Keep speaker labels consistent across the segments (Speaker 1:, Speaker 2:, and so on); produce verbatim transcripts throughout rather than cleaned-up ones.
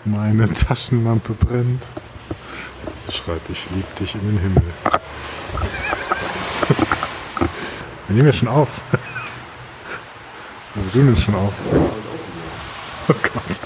Speaker 1: Meine Taschenlampe brennt. Schreib, ich lieb dich in den Himmel. Wir nehmen ja schon auf. Also du nimmst schon auf. Oh Gott.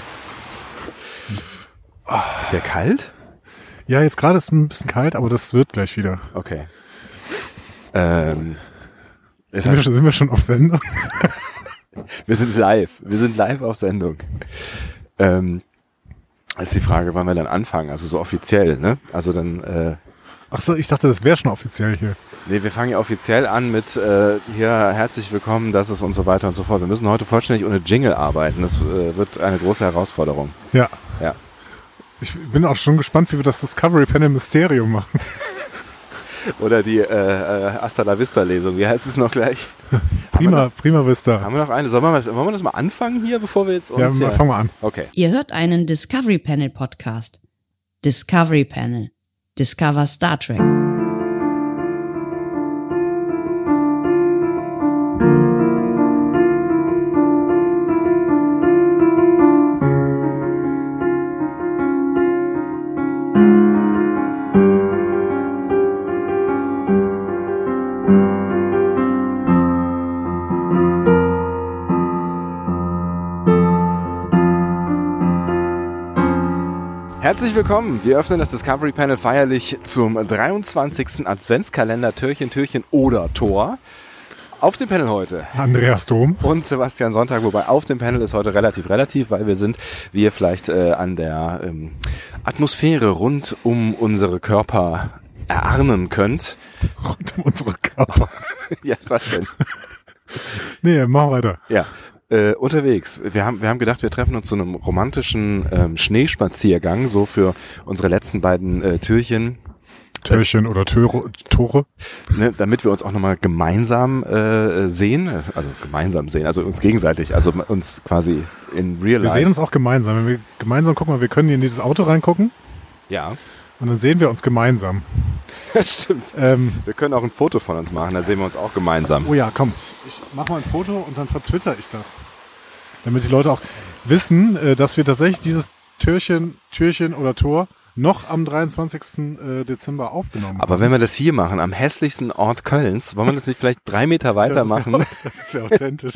Speaker 2: Oh. Ist der kalt?
Speaker 1: Ja, jetzt gerade ist es ein bisschen kalt, aber das wird gleich wieder.
Speaker 2: Okay. Ähm,
Speaker 1: sind, wir schon, sind wir schon auf Sendung?
Speaker 2: Wir sind live. Wir sind live auf Sendung. Ähm, ist die Frage, wann wir dann anfangen. Also so offiziell, ne? Also dann... Äh,
Speaker 1: Ach so, ich dachte, das wäre schon offiziell hier.
Speaker 2: Nee, wir fangen ja offiziell an mit äh, hier herzlich willkommen, das ist und so weiter und so fort. Wir müssen heute vollständig ohne Jingle arbeiten. Das äh, wird eine große Herausforderung.
Speaker 1: Ja.
Speaker 2: Ja.
Speaker 1: Ich bin auch schon gespannt, wie wir das Discovery Panel Mysterium machen.
Speaker 2: Oder die äh, äh, Hasta la Vista Lesung. Wie heißt es noch gleich?
Speaker 1: Prima,
Speaker 2: noch,
Speaker 1: Prima Vista.
Speaker 2: Haben wir noch eine? Sollen wir, mal, wollen wir das mal anfangen hier, bevor wir jetzt uns...
Speaker 1: Ja, ja fangen wir an.
Speaker 2: Okay.
Speaker 3: Ihr hört einen Discovery Panel Podcast. Discovery Panel. Discover Star Trek.
Speaker 2: Herzlich willkommen. Wir öffnen das Discovery Panel feierlich zum dreiundzwanzigsten Adventskalender Türchen, Türchen oder Tor. Auf dem Panel heute
Speaker 1: Andreas Dom
Speaker 2: und Sebastian Sonntag, wobei auf dem Panel ist heute relativ relativ, weil wir sind, wie ihr vielleicht äh, an der ähm, Atmosphäre rund um unsere Körper erahnen könnt.
Speaker 1: Rund um unsere Körper?
Speaker 2: Ja, was denn?
Speaker 1: Nee, mach weiter.
Speaker 2: Ja. Äh, unterwegs. Wir haben, wir haben gedacht, wir treffen uns zu einem romantischen ähm, Schneespaziergang, so für unsere letzten beiden äh, Türchen.
Speaker 1: Türchen äh, oder Töre, Tore.
Speaker 2: Ne, damit wir uns auch nochmal gemeinsam äh, sehen, also gemeinsam sehen, also uns gegenseitig, also uns quasi in real life.
Speaker 1: Wir sehen uns auch gemeinsam. Wenn wir gemeinsam gucken, wir können hier in dieses Auto reingucken.
Speaker 2: Ja.
Speaker 1: Und dann sehen wir uns gemeinsam.
Speaker 2: Stimmt.
Speaker 1: Ähm,
Speaker 2: wir können auch ein Foto von uns machen, da sehen wir uns auch gemeinsam.
Speaker 1: Oh ja, komm. Ich mach mal ein Foto und dann vertwitter ich das. Damit die Leute auch wissen, dass wir tatsächlich dieses Türchen, Türchen oder Tor noch am dreiundzwanzigsten Dezember aufgenommen haben.
Speaker 2: Aber wenn wir das hier machen, am hässlichsten Ort Kölns, wollen wir das nicht vielleicht drei Meter weiter machen?
Speaker 1: Das ist ja authentisch.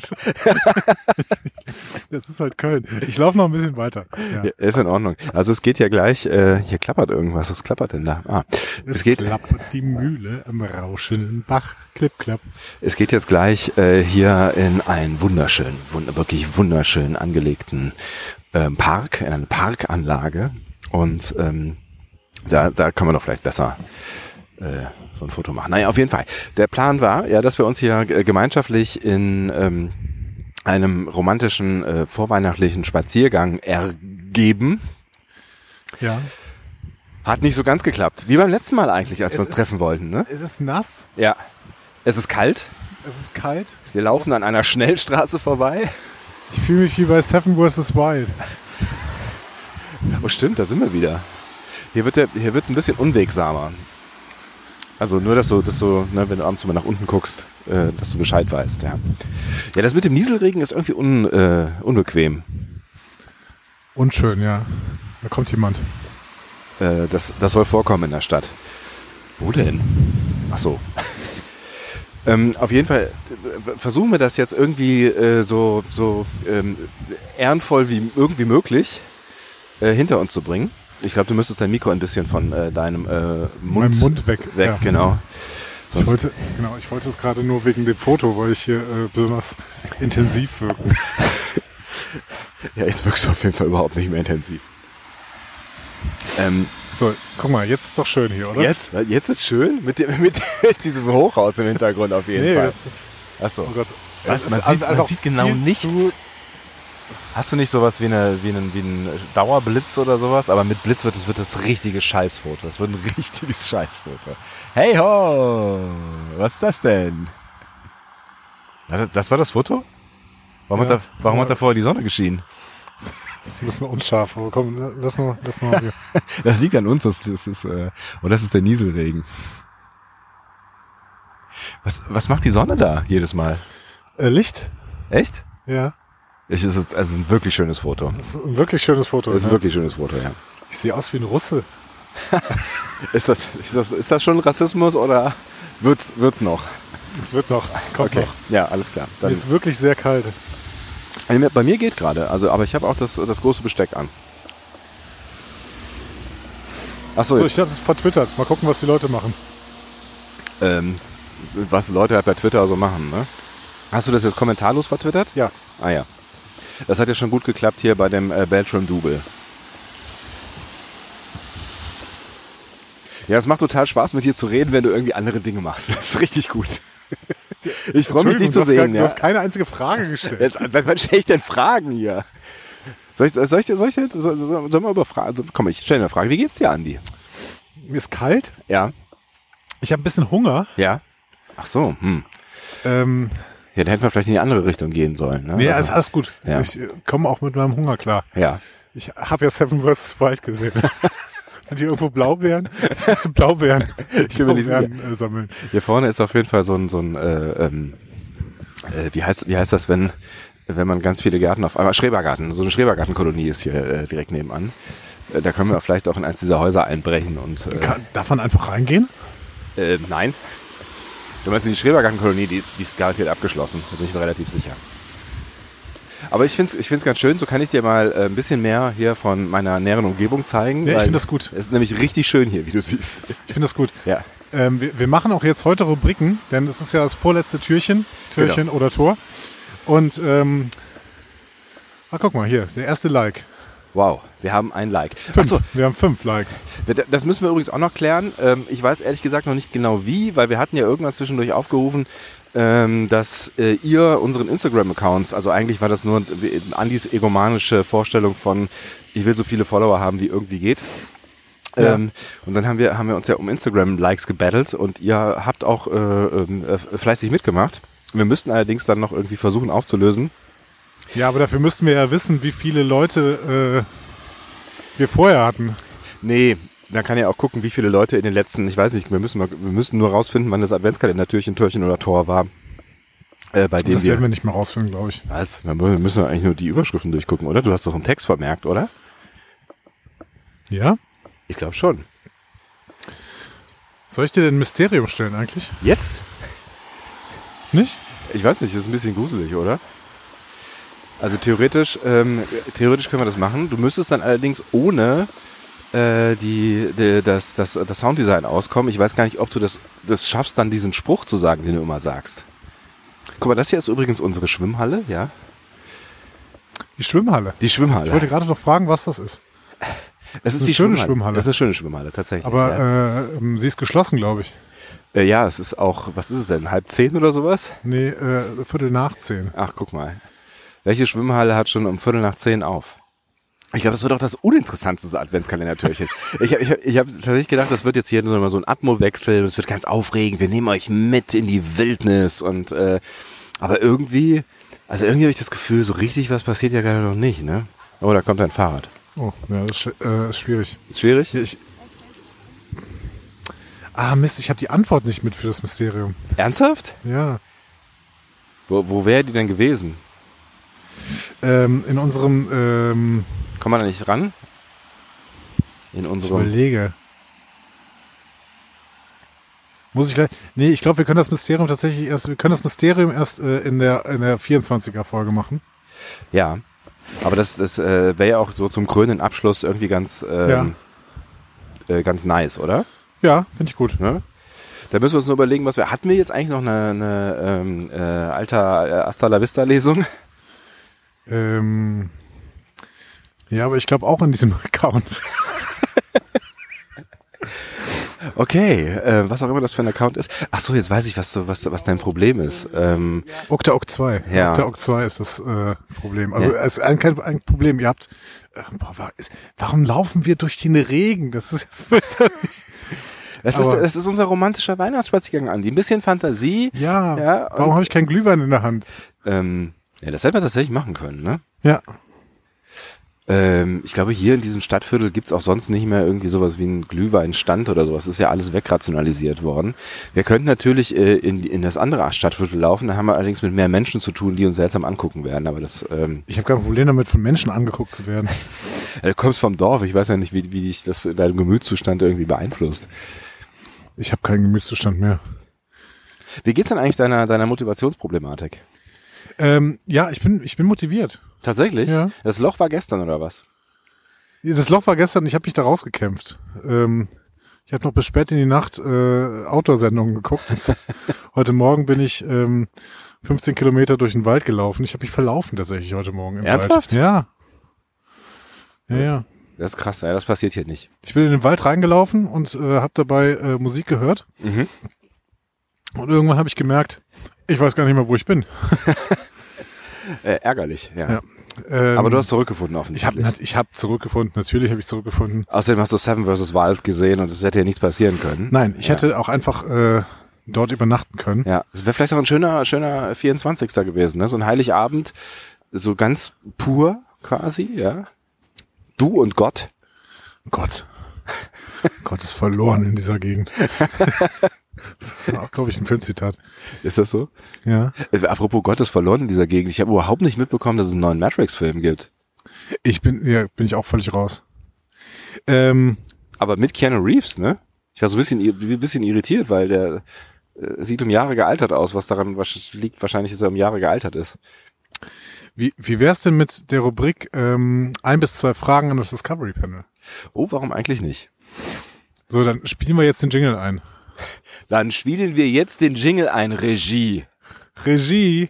Speaker 1: Das ist halt Köln. Ich laufe noch ein bisschen weiter. Ja.
Speaker 2: Ja, ist in Ordnung. Also es geht ja gleich, äh, hier klappert irgendwas. Was klappert denn da? Ah,
Speaker 1: es,
Speaker 2: es geht,
Speaker 1: klappert die Mühle am rauschenden Bach. Klipp, klapp.
Speaker 2: Es geht jetzt gleich äh, hier in einen wunderschönen, wund- wirklich wunderschön angelegten ähm, Park, in eine Parkanlage. Und ähm, da, da kann man doch vielleicht besser äh, so ein Foto machen. Naja, auf jeden Fall. Der Plan war, ja, dass wir uns hier äh, gemeinschaftlich in ähm, einem romantischen äh, vorweihnachtlichen Spaziergang ergeben.
Speaker 1: Ja.
Speaker 2: Hat nicht so ganz geklappt. Wie beim letzten Mal eigentlich, als
Speaker 1: es
Speaker 2: wir uns
Speaker 1: ist,
Speaker 2: treffen wollten, ne?
Speaker 1: Es ist nass.
Speaker 2: Ja. Es ist kalt.
Speaker 1: Es ist kalt.
Speaker 2: Wir laufen an einer Schnellstraße vorbei.
Speaker 1: Ich fühle mich wie bei Seven versus. Wild.
Speaker 2: Oh stimmt, da sind wir wieder. Hier wird der, hier wird's ein bisschen unwegsamer. Also nur, dass du, dass du, ne, wenn du abends mal nach unten guckst, äh, dass du Bescheid weißt, ja. Ja, das mit dem Nieselregen ist irgendwie un, äh, unbequem.
Speaker 1: Unschön, ja. Da kommt jemand.
Speaker 2: Äh, das, das soll vorkommen in der Stadt. Wo denn? Ach so. ähm, auf jeden Fall versuchen wir das jetzt irgendwie äh, so, so ähm, ehrenvoll wie irgendwie möglich äh, hinter uns zu bringen. Ich glaube, du müsstest dein Mikro ein bisschen von äh, deinem äh, Mund,
Speaker 1: Meinem Mund weg.
Speaker 2: weg
Speaker 1: Ja.
Speaker 2: Genau.
Speaker 1: Ich wollte, genau. Ich wollte es gerade nur wegen dem Foto, weil ich hier äh, besonders intensiv wirken.
Speaker 2: Ja, jetzt wirkst du auf jeden Fall überhaupt nicht mehr intensiv. Ähm,
Speaker 1: so, guck mal, jetzt ist doch schön hier, oder?
Speaker 2: Jetzt? Jetzt ist schön? Mit, dem, mit, mit diesem Hochhaus im Hintergrund auf jeden
Speaker 1: nee,
Speaker 2: Fall.
Speaker 1: Das ist,
Speaker 2: Achso.
Speaker 1: oh Gott.
Speaker 2: Was? Man, sieht, man sieht genau nichts. Hast du nicht sowas wie, eine, wie, einen, wie einen Dauerblitz oder sowas? Aber mit Blitz wird es wird das richtige Scheißfoto. Das wird ein richtiges Scheißfoto. Hey ho! Was ist das denn? Das war das Foto? Warum, ja, hat, da, warum ja. hat da vorher die Sonne geschienen?
Speaker 1: Das ist ein bisschen unscharf, aber komm, lass noch, lass noch.
Speaker 2: Das liegt an uns, das, das ist, äh, und das ist der Nieselregen. Was, was macht die Sonne da jedes Mal?
Speaker 1: Äh, Licht.
Speaker 2: Echt?
Speaker 1: Ja.
Speaker 2: Ich, es, ist, es ist ein wirklich schönes Foto.
Speaker 1: Das ist ein wirklich schönes Foto.
Speaker 2: Das ist ein
Speaker 1: ne?
Speaker 2: wirklich schönes Foto, ja.
Speaker 1: Ich sehe aus wie ein Russe.
Speaker 2: Ist das, ist das, ist das schon Rassismus oder wird's, wird's noch?
Speaker 1: Es wird noch, kommt
Speaker 2: Okay,
Speaker 1: noch.
Speaker 2: ja, alles klar.
Speaker 1: Mir
Speaker 2: Dann,
Speaker 1: ist wirklich sehr kalt.
Speaker 2: bei mir geht gerade, also, aber ich habe auch das, das große Besteck an. Achso,
Speaker 1: So, ich habe es vertwittert. Mal gucken, was die Leute machen.
Speaker 2: ähm, was Leute halt bei Twitter so machen, ne? Hast du das jetzt kommentarlos vertwittert?
Speaker 1: Ja.
Speaker 2: Ah ja. Das hat ja schon gut geklappt hier bei dem äh, Beltram-Double. Ja, es macht total Spaß, mit dir zu reden, wenn du irgendwie andere Dinge machst. Das ist richtig gut. Ich freue mich, dich zu
Speaker 1: du hast
Speaker 2: sehen.
Speaker 1: gar-
Speaker 2: Ja.
Speaker 1: Du hast keine einzige Frage gestellt.
Speaker 2: Jetzt, seit wann stelle ich denn Fragen hier? Soll ich, soll ich, soll ich, soll, soll, soll, soll mal über Fragen? Also, komm, ich stelle eine Frage. Wie geht's dir, Andi?
Speaker 1: Mir ist kalt.
Speaker 2: Ja.
Speaker 1: Ich habe ein bisschen Hunger.
Speaker 2: Ja. Ach so, hm.
Speaker 1: Ähm,
Speaker 2: Ja, dann hätten wir vielleicht in die andere Richtung gehen sollen. Ne?
Speaker 1: nee,
Speaker 2: Also,
Speaker 1: ist alles gut.
Speaker 2: Ja.
Speaker 1: Ich äh, komme auch mit meinem Hunger klar.
Speaker 2: ja.
Speaker 1: Ich habe ja Seven versus. Wild gesehen. Sind hier irgendwo Blaubeeren? Ich möchte Blaubeeren.
Speaker 2: Ich bin mir nicht sicher.
Speaker 1: Blaubeeren, äh, sammeln.
Speaker 2: Hier vorne ist auf jeden Fall so ein, so ein äh, ähm, äh, wie heißt, wie heißt das, wenn, wenn man ganz viele Gärten auf einmal, Schrebergarten, so eine Schrebergartenkolonie ist hier äh, direkt nebenan. Äh, da können wir vielleicht auch in eins dieser Häuser einbrechen und, äh,
Speaker 1: Kann, darf man einfach reingehen?
Speaker 2: äh, nein. Du meinst, die Schrebergartenkolonie, die ist, die ist garantiert abgeschlossen. Da bin ich mir relativ sicher. Aber ich finde es ich find's ganz schön, so kann ich dir mal äh, ein bisschen mehr hier von meiner näheren Umgebung zeigen.
Speaker 1: Ja, ich
Speaker 2: weil
Speaker 1: finde das gut.
Speaker 2: Es ist nämlich richtig schön hier, wie du siehst.
Speaker 1: Ich finde das gut.
Speaker 2: Ja.
Speaker 1: Ähm, wir, wir machen auch jetzt heute Rubriken, denn es ist ja das vorletzte Türchen, Türchen
Speaker 2: Genau.
Speaker 1: oder Tor. Und, ähm, ah, guck mal hier, der erste Like.
Speaker 2: Wow, wir haben ein Like.
Speaker 1: Fünf.
Speaker 2: Achso,
Speaker 1: Wir haben fünf Likes.
Speaker 2: das müssen wir übrigens auch noch klären. Ähm, ich weiß ehrlich gesagt noch nicht genau wie, weil wir hatten ja irgendwann zwischendurch aufgerufen, ähm, dass äh, ihr unseren Instagram-Accounts, also eigentlich war das nur Andis egomanische Vorstellung von, ich will so viele Follower haben, wie irgendwie geht.
Speaker 1: Ja.
Speaker 2: Ähm, und dann haben wir, haben wir uns ja um Instagram-Likes gebattelt und ihr habt auch äh, äh, fleißig mitgemacht. Wir müssten allerdings dann noch irgendwie versuchen aufzulösen.
Speaker 1: Ja, aber dafür müssten wir ja wissen, wie viele Leute äh, wir vorher hatten.
Speaker 2: Nee, da kann ja auch gucken, wie viele Leute in den letzten, ich weiß nicht, wir müssen, mal, wir müssen nur rausfinden, wann das Adventskalender-Türchen, Türchen oder Tor war. Äh, bei dem
Speaker 1: Das
Speaker 2: wir,
Speaker 1: werden wir nicht mehr rausfinden, glaube ich.
Speaker 2: Was? Wir müssen eigentlich nur die Überschriften durchgucken, oder? Du hast doch einen Text vermerkt, oder?
Speaker 1: Ja?
Speaker 2: Ich glaube schon.
Speaker 1: Soll ich dir denn ein Mysterium stellen eigentlich?
Speaker 2: Jetzt?
Speaker 1: Nicht?
Speaker 2: Ich weiß nicht, das ist ein bisschen gruselig, oder? Also theoretisch, ähm, theoretisch können wir das machen. Du müsstest dann allerdings ohne äh, die, die, das, das, das Sounddesign auskommen. Ich weiß gar nicht, ob du das, das schaffst, dann diesen Spruch zu sagen, den du immer sagst. Guck mal, das hier ist übrigens unsere Schwimmhalle, ja?
Speaker 1: Die Schwimmhalle.
Speaker 2: Die Schwimmhalle.
Speaker 1: Ich wollte gerade noch fragen, was das ist.
Speaker 2: das ist
Speaker 1: eine
Speaker 2: die
Speaker 1: schöne
Speaker 2: Schwimmhalle.
Speaker 1: Schwimmhalle.
Speaker 2: Das ist eine schöne Schwimmhalle, tatsächlich.
Speaker 1: Aber
Speaker 2: ja.
Speaker 1: äh, ähm, sie ist geschlossen, glaube ich.
Speaker 2: Äh, ja, es ist auch, was ist es denn, halb zehn oder sowas?
Speaker 1: Nee, äh, Viertel nach zehn.
Speaker 2: Ach, guck mal. Welche Schwimmhalle hat schon um Viertel nach zehn auf? Ich glaube, das wird doch das uninteressanteste Adventskalender-Türchen. ich habe ich hab, ich hab tatsächlich gedacht, das wird jetzt hier so so ein Atmo-Wechsel und es wird ganz aufregend. Wir nehmen euch mit in die Wildnis und äh, aber irgendwie, also irgendwie habe ich das Gefühl, so richtig was passiert ja gerade noch nicht, ne? Oh, da kommt ein Fahrrad.
Speaker 1: Oh, ja, das ist, äh, ist schwierig.
Speaker 2: Ist schwierig?
Speaker 1: Ja, ich, ah, Mist, ich habe die Antwort nicht mit für das Mysterium.
Speaker 2: Ernsthaft?
Speaker 1: Ja.
Speaker 2: Wo, wo wäre die denn gewesen?
Speaker 1: Ähm, in unserem, ähm,
Speaker 2: Kommt man da nicht ran? In
Speaker 1: ich
Speaker 2: unserem.
Speaker 1: überlege. Muss ich gleich. Nee, ich glaube, wir können das Mysterium tatsächlich erst, wir können das Mysterium erst äh, in der in der vierundzwanziger Folge machen.
Speaker 2: Ja. Aber das, das äh, wäre ja auch so zum krönenden Abschluss irgendwie ganz, ähm, äh, ganz nice, oder?
Speaker 1: Ja, finde ich gut.
Speaker 2: Ne? Da müssen wir uns nur überlegen, was wir. Hatten wir jetzt eigentlich noch eine, eine ähm, äh, alter äh, Hasta la Vista Lesung?
Speaker 1: Ähm, ja, aber ich glaube auch in diesem Account.
Speaker 2: Okay, äh, was auch immer das für ein Account ist. Ach so, jetzt weiß ich, was du, was, was dein Problem ist. Ähm,
Speaker 1: Octaoc zwei.
Speaker 2: Ja.
Speaker 1: Octaoc zwei ist das äh, Problem. Also
Speaker 2: Ja.
Speaker 1: es ist ein, kein ein Problem. Ihr habt. Äh, boah, wa- ist, warum laufen wir durch den Regen? Das ist ja fürchterlich.
Speaker 2: das, ist,
Speaker 1: Aber-
Speaker 2: das ist unser romantischer Weihnachtsspaziergang, Andi. Ein bisschen Fantasie.
Speaker 1: Ja.
Speaker 2: Ja,
Speaker 1: warum
Speaker 2: und-
Speaker 1: habe ich keinen Glühwein in der Hand?
Speaker 2: Ähm, ja, das hätten wir tatsächlich machen können, ne?
Speaker 1: Ja.
Speaker 2: Ähm, ich glaube, hier in diesem Stadtviertel gibt's auch sonst nicht mehr irgendwie sowas wie einen Glühweinstand oder sowas. Das ist ja alles wegrationalisiert worden. Wir könnten natürlich äh, in, in das andere Stadtviertel laufen, da haben wir allerdings mit mehr Menschen zu tun, die uns seltsam angucken werden. Aber das. Ähm,
Speaker 1: ich habe kein Problem damit, von Menschen angeguckt zu werden.
Speaker 2: Du kommst vom Dorf, ich weiß ja nicht, wie, wie dich das in deinem Gemütszustand irgendwie beeinflusst.
Speaker 1: Ich habe keinen Gemütszustand mehr.
Speaker 2: Wie geht's denn eigentlich deiner, deiner Motivationsproblematik?
Speaker 1: Ähm, ja, ich bin, ich bin motiviert.
Speaker 2: Tatsächlich?
Speaker 1: Ja.
Speaker 2: Das Loch war gestern, oder was?
Speaker 1: Das Loch war gestern, ich habe mich da rausgekämpft. Ähm, ich habe noch bis spät in die Nacht äh, Outdoor-Sendungen geguckt. Und heute Morgen bin ich ähm, fünfzehn Kilometer durch den Wald gelaufen. Ich habe mich verlaufen tatsächlich heute Morgen im
Speaker 2: Ernsthaft?
Speaker 1: Wald. Ja. Ja, ja.
Speaker 2: Das ist krass, ja, das passiert hier nicht.
Speaker 1: Ich bin in den Wald reingelaufen und äh, habe dabei äh, Musik gehört.
Speaker 2: Mhm.
Speaker 1: Und irgendwann habe ich gemerkt, ich weiß gar nicht mehr, wo ich bin.
Speaker 2: Äh, ärgerlich, ja.
Speaker 1: Ja. Ähm,
Speaker 2: Aber du hast zurückgefunden
Speaker 1: Ich
Speaker 2: offensichtlich.
Speaker 1: habe ich hab zurückgefunden, natürlich habe ich zurückgefunden.
Speaker 2: Außerdem hast du Seven versus. Wild gesehen und es hätte ja nichts passieren können.
Speaker 1: Nein, ich
Speaker 2: ja.
Speaker 1: hätte auch einfach äh, dort übernachten können.
Speaker 2: Ja, es wäre vielleicht auch ein schöner, schöner vierundzwanzigster gewesen, ne? So ein Heiligabend, so ganz pur quasi, ja. Du und Gott.
Speaker 1: Gott. Gott ist verloren in dieser Gegend. Das war auch, glaube ich, ein Filmzitat.
Speaker 2: Ist das so?
Speaker 1: Ja.
Speaker 2: Apropos Gott ist verloren in dieser Gegend. Ich habe überhaupt nicht mitbekommen, dass es einen neuen Matrix-Film gibt.
Speaker 1: Ich bin, ja, bin ich auch völlig raus. Ähm,
Speaker 2: Aber mit Keanu Reeves, ne? Ich war so ein bisschen, ein bisschen irritiert, weil der äh, sieht um Jahre gealtert aus, was daran liegt wahrscheinlich, dass er um Jahre gealtert ist.
Speaker 1: wie, wie wär's denn mit der Rubrik ähm, ein bis zwei Fragen an das Discovery Panel?
Speaker 2: Oh, warum eigentlich nicht?
Speaker 1: So, dann spielen wir jetzt den Jingle ein.
Speaker 2: Dann spielen wir jetzt den Jingle ein, Regie.
Speaker 1: Regie.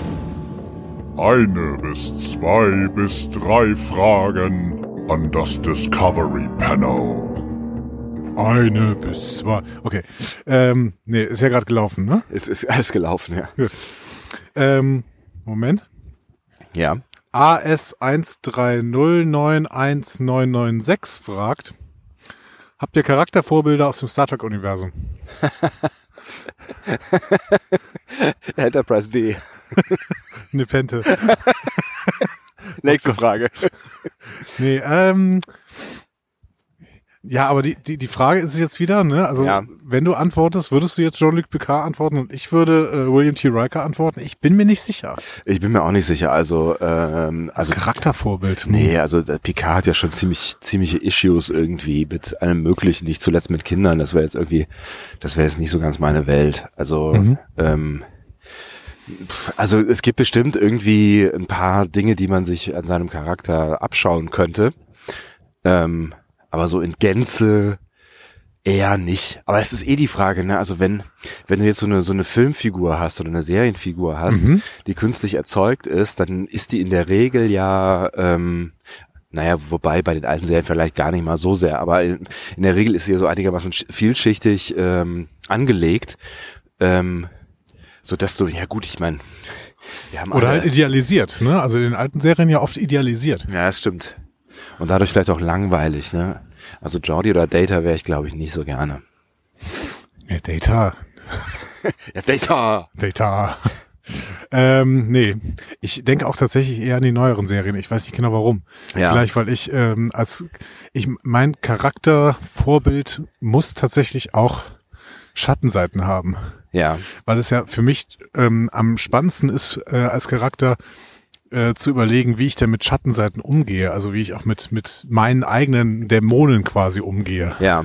Speaker 4: Eine bis zwei bis drei Fragen an das Discovery Panel.
Speaker 1: Eine bis zwei. Okay. Ähm, nee, ist ja gerade gelaufen, ne?
Speaker 2: Es ist alles gelaufen, ja.
Speaker 1: Gut. Ähm, Moment.
Speaker 2: Ja.
Speaker 1: A S eins drei null neun eins neun neun sechs fragt, habt ihr Charaktervorbilder aus dem Star Trek-Universum?
Speaker 2: Enterprise D.
Speaker 1: Nepente.
Speaker 2: Nächste Frage.
Speaker 1: Nee, ähm, ja, aber die, die, die Frage ist jetzt wieder, ne, also,
Speaker 2: Ja.
Speaker 1: wenn du antwortest, würdest du jetzt Jean-Luc Picard antworten und ich würde äh, William T. Riker antworten? Ich bin mir nicht sicher.
Speaker 2: Ich bin mir auch nicht sicher, also, ähm,
Speaker 1: Als
Speaker 2: also,
Speaker 1: Charaktervorbild.
Speaker 2: nee, also der Picard hat ja schon ziemlich, ziemliche Issues irgendwie mit allem Möglichen, nicht zuletzt mit Kindern, das wäre jetzt irgendwie, das wäre jetzt nicht so ganz meine Welt, also,
Speaker 1: Mhm.
Speaker 2: ähm, pf, also es gibt bestimmt irgendwie ein paar Dinge, die man sich an seinem Charakter abschauen könnte, ähm, aber so in Gänze eher nicht. Aber es ist eh die Frage, ne? Also wenn wenn du jetzt so eine so eine Filmfigur hast oder eine Serienfigur hast,
Speaker 1: Mhm.
Speaker 2: die künstlich erzeugt ist, dann ist die in der Regel ja, ähm, naja, wobei bei den alten Serien vielleicht gar nicht mal so sehr, aber in, in der Regel ist sie ja so einigermaßen sch- vielschichtig ähm, angelegt, ähm, so dass du, ja gut, ich meine, wir haben
Speaker 1: Oder
Speaker 2: alle,
Speaker 1: halt idealisiert, ne? Also in den alten Serien ja oft idealisiert.
Speaker 2: ja, das stimmt. Und dadurch vielleicht auch langweilig, ne? Also Geordi oder Data wäre ich, glaube ich, nicht so gerne.
Speaker 1: Ja, Data.
Speaker 2: Ja, Data!
Speaker 1: Data. ähm, nee, ich denke auch tatsächlich eher an die neueren Serien. Ich weiß nicht genau warum.
Speaker 2: Ja.
Speaker 1: Vielleicht, weil ich ähm, als ich mein Charaktervorbild muss tatsächlich auch Schattenseiten haben,
Speaker 2: Ja,
Speaker 1: weil es ja für mich ähm, am spannendsten ist äh, als Charakter äh, zu überlegen, wie ich denn mit Schattenseiten umgehe, also wie ich auch mit mit meinen eigenen Dämonen quasi umgehe.
Speaker 2: ja.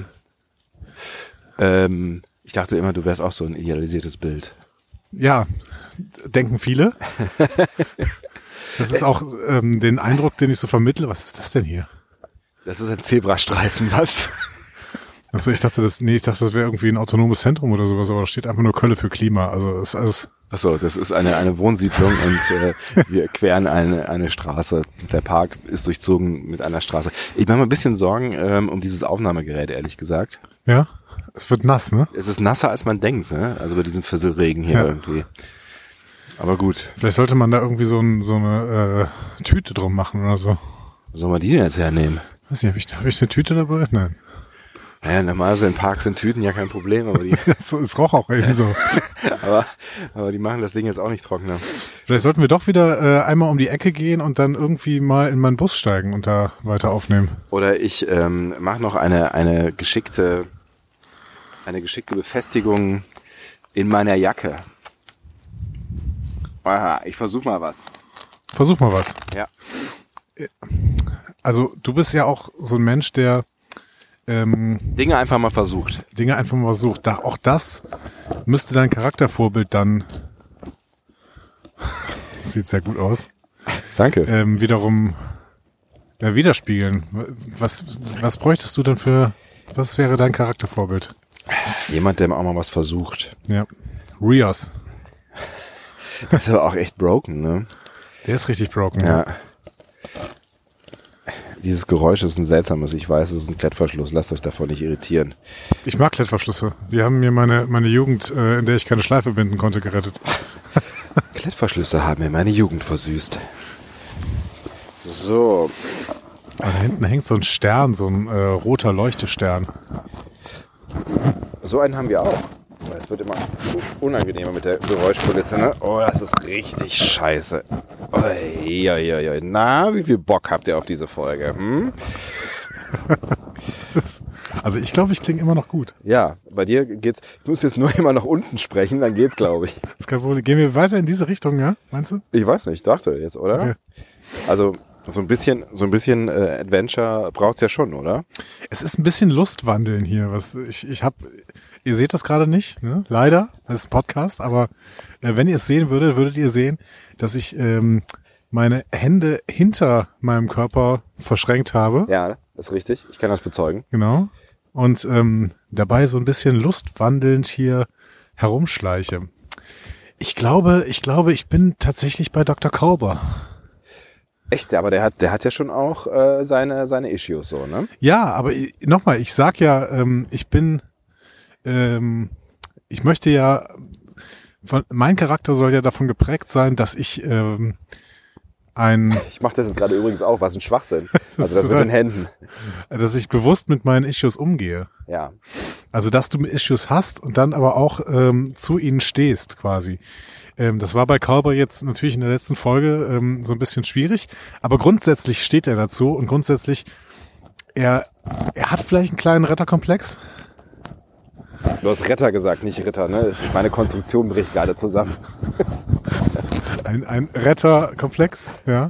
Speaker 2: Ähm, ich dachte immer, du wärst auch so ein idealisiertes Bild.
Speaker 1: Ja, denken viele. Das ist auch ähm, den Eindruck, den ich so vermittle. Was ist das denn hier?
Speaker 2: Das ist ein Zebrastreifen, was?
Speaker 1: Also ich dachte, das, nee, ich dachte, das wäre irgendwie ein autonomes Zentrum oder sowas, aber da steht einfach nur Kölle für Klima. Also das ist alles.
Speaker 2: Achso, das ist eine eine Wohnsiedlung und äh, wir queren eine eine Straße. Der Park ist durchzogen mit einer Straße. Ich mache mir ein bisschen Sorgen ähm, um dieses Aufnahmegerät, ehrlich gesagt.
Speaker 1: Ja, es wird nass, ne?
Speaker 2: Es ist nasser, als man denkt, ne? Also bei diesem Fisselregen hier
Speaker 1: Ja.
Speaker 2: irgendwie. Aber gut.
Speaker 1: Vielleicht sollte man da irgendwie so, ein, so eine äh, Tüte drum machen oder so.
Speaker 2: Wo soll man die denn jetzt hernehmen?
Speaker 1: Weiß nicht, habe ich, hab ich eine Tüte dabei? Nein.
Speaker 2: Naja, normalerweise in Parks sind Tüten ja kein Problem, aber die,
Speaker 1: So, es roch auch irgendwie so.
Speaker 2: aber, aber die machen das Ding jetzt auch nicht trockener.
Speaker 1: Vielleicht sollten wir doch wieder äh, einmal um die Ecke gehen und dann irgendwie mal in meinen Bus steigen und da weiter aufnehmen.
Speaker 2: Oder ich ähm, mache noch eine, eine geschickte, eine geschickte Befestigung in meiner Jacke. Aha, ich versuche mal was.
Speaker 1: Versuch mal was.
Speaker 2: Ja.
Speaker 1: Also du bist ja auch so ein Mensch, der ähm,
Speaker 2: Dinge einfach mal versucht.
Speaker 1: Dinge einfach mal sucht. Da, auch das müsste dein Charaktervorbild dann, das sieht sehr gut aus,
Speaker 2: Danke.
Speaker 1: ähm, wiederum ja, widerspiegeln. Was, was bräuchtest du denn für, was wäre dein Charaktervorbild?
Speaker 2: Jemand, der auch mal was versucht.
Speaker 1: Ja. Rios.
Speaker 2: Das ist aber auch echt broken, ne?
Speaker 1: Der ist richtig broken.
Speaker 2: Ja. Dieses Geräusch ist ein seltsames. Ich weiß, es ist ein Klettverschluss. Lasst euch davon nicht irritieren.
Speaker 1: Ich mag Klettverschlüsse. Die haben mir meine, meine Jugend, äh, in der ich keine Schleife binden konnte, gerettet.
Speaker 2: Klettverschlüsse haben mir meine Jugend versüßt. So.
Speaker 1: Aber da hinten hängt so ein Stern, so ein äh, roter Leuchtestern.
Speaker 2: So einen haben wir auch. Es wird immer unangenehmer mit der Geräuschkulisse, ne? Oh, das ist richtig scheiße. Oi, oi, oi. Na, wie viel Bock habt ihr auf diese Folge? Hm?
Speaker 1: Das ist, also ich glaube, ich klinge immer noch gut.
Speaker 2: Ja, bei dir geht's. Ich muss jetzt nur immer nach unten sprechen, dann geht's, glaube ich.
Speaker 1: Das ist kein Problem. Gehen wir weiter in diese Richtung, ja? Meinst du?
Speaker 2: Ich weiß nicht, dachte jetzt, oder?
Speaker 1: Okay.
Speaker 2: Also so ein bisschen, so ein bisschen äh, Adventure braucht's ja schon, oder?
Speaker 1: Es ist ein bisschen Lustwandeln hier. Was ich, ich habe, ihr seht das gerade nicht, ne? Leider. Das ist ein Podcast, aber äh, wenn ihr es sehen würdet, würdet ihr sehen, dass ich ähm, meine Hände hinter meinem Körper verschränkt habe.
Speaker 2: Ja, das ist richtig. Ich kann das bezeugen.
Speaker 1: Genau. Und ähm, dabei so ein bisschen lustwandelnd hier herumschleiche. Ich glaube, ich glaube, ich bin tatsächlich bei Doktor Kauber.
Speaker 2: Echt, aber der hat, der hat ja schon auch äh, seine, seine Issues so, ne?
Speaker 1: Ja, aber nochmal, ich sag ja, ähm, ich bin, ähm, ich möchte ja, von, mein Charakter soll ja davon geprägt sein, dass ich ähm, ein,
Speaker 2: Ich mache das jetzt gerade übrigens auch, was ein Schwachsinn.
Speaker 1: ist
Speaker 2: Also das mit
Speaker 1: total-
Speaker 2: den Händen.
Speaker 1: dass ich bewusst mit meinen Issues umgehe.
Speaker 2: Ja.
Speaker 1: Also, dass du Issues hast und dann aber auch ähm, zu ihnen stehst, quasi. Ähm, das war bei Kalber jetzt natürlich in der letzten Folge ähm, so ein bisschen schwierig, aber grundsätzlich steht er dazu und grundsätzlich, er, er hat vielleicht einen kleinen Retterkomplex.
Speaker 2: Du hast Retter gesagt, nicht Ritter, ne? Meine Konstruktion bricht gerade zusammen.
Speaker 1: Ein, ein Retterkomplex, ja.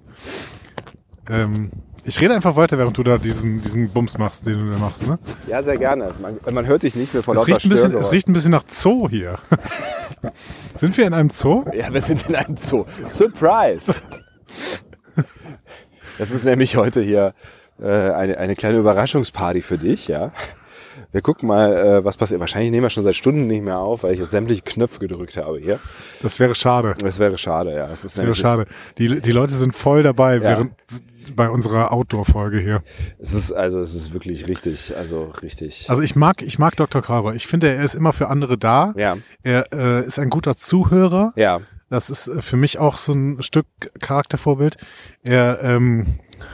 Speaker 1: Ähm, ich rede einfach weiter, während du da diesen, diesen Bums machst, den du da machst, ne?
Speaker 2: Ja, sehr gerne. Man, man hört dich nicht mehr vor
Speaker 1: Es
Speaker 2: lauter
Speaker 1: riecht, ein bisschen, es
Speaker 2: Störgeräusch.
Speaker 1: riecht ein bisschen nach Zoo hier. Sind wir in einem Zoo?
Speaker 2: Ja, wir sind in einem Zoo. Surprise! Das ist nämlich heute hier äh, eine, eine kleine Überraschungsparty für dich, ja. Wir gucken mal, äh, was passiert. Wahrscheinlich nehmen wir schon seit Stunden nicht mehr auf, weil ich jetzt sämtliche Knöpfe gedrückt habe hier.
Speaker 1: Das wäre schade.
Speaker 2: Das wäre schade, ja. Das ist
Speaker 1: Das wäre
Speaker 2: nämlich,
Speaker 1: schade. Die, die Leute sind voll dabei während bei unserer Outdoor-Folge hier.
Speaker 2: Es ist also, es ist wirklich richtig, also richtig.
Speaker 1: Also ich mag, ich mag Doktor Kraber. Ich finde, er ist immer für andere da.
Speaker 2: Ja.
Speaker 1: Er äh, ist ein guter Zuhörer.
Speaker 2: Ja.
Speaker 1: Das ist äh, für mich auch so ein Stück Charaktervorbild. Er, ähm,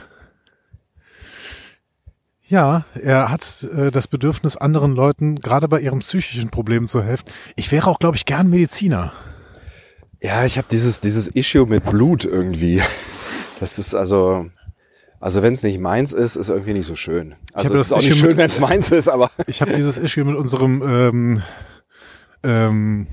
Speaker 1: ja, er hat äh, das Bedürfnis, anderen Leuten gerade bei ihren psychischen Problemen zu helfen. Ich wäre auch, glaube ich, gern Mediziner.
Speaker 2: Ja, ich habe dieses dieses Issue mit Blut irgendwie. Das ist also, also wenn es nicht meins ist, ist irgendwie nicht so schön. Also
Speaker 1: habe
Speaker 2: es
Speaker 1: das
Speaker 2: ist auch nicht
Speaker 1: Issue
Speaker 2: schön,
Speaker 1: mit-
Speaker 2: wenn es meins ist, aber
Speaker 1: Ich habe dieses Issue mit unserem ähm, ähm,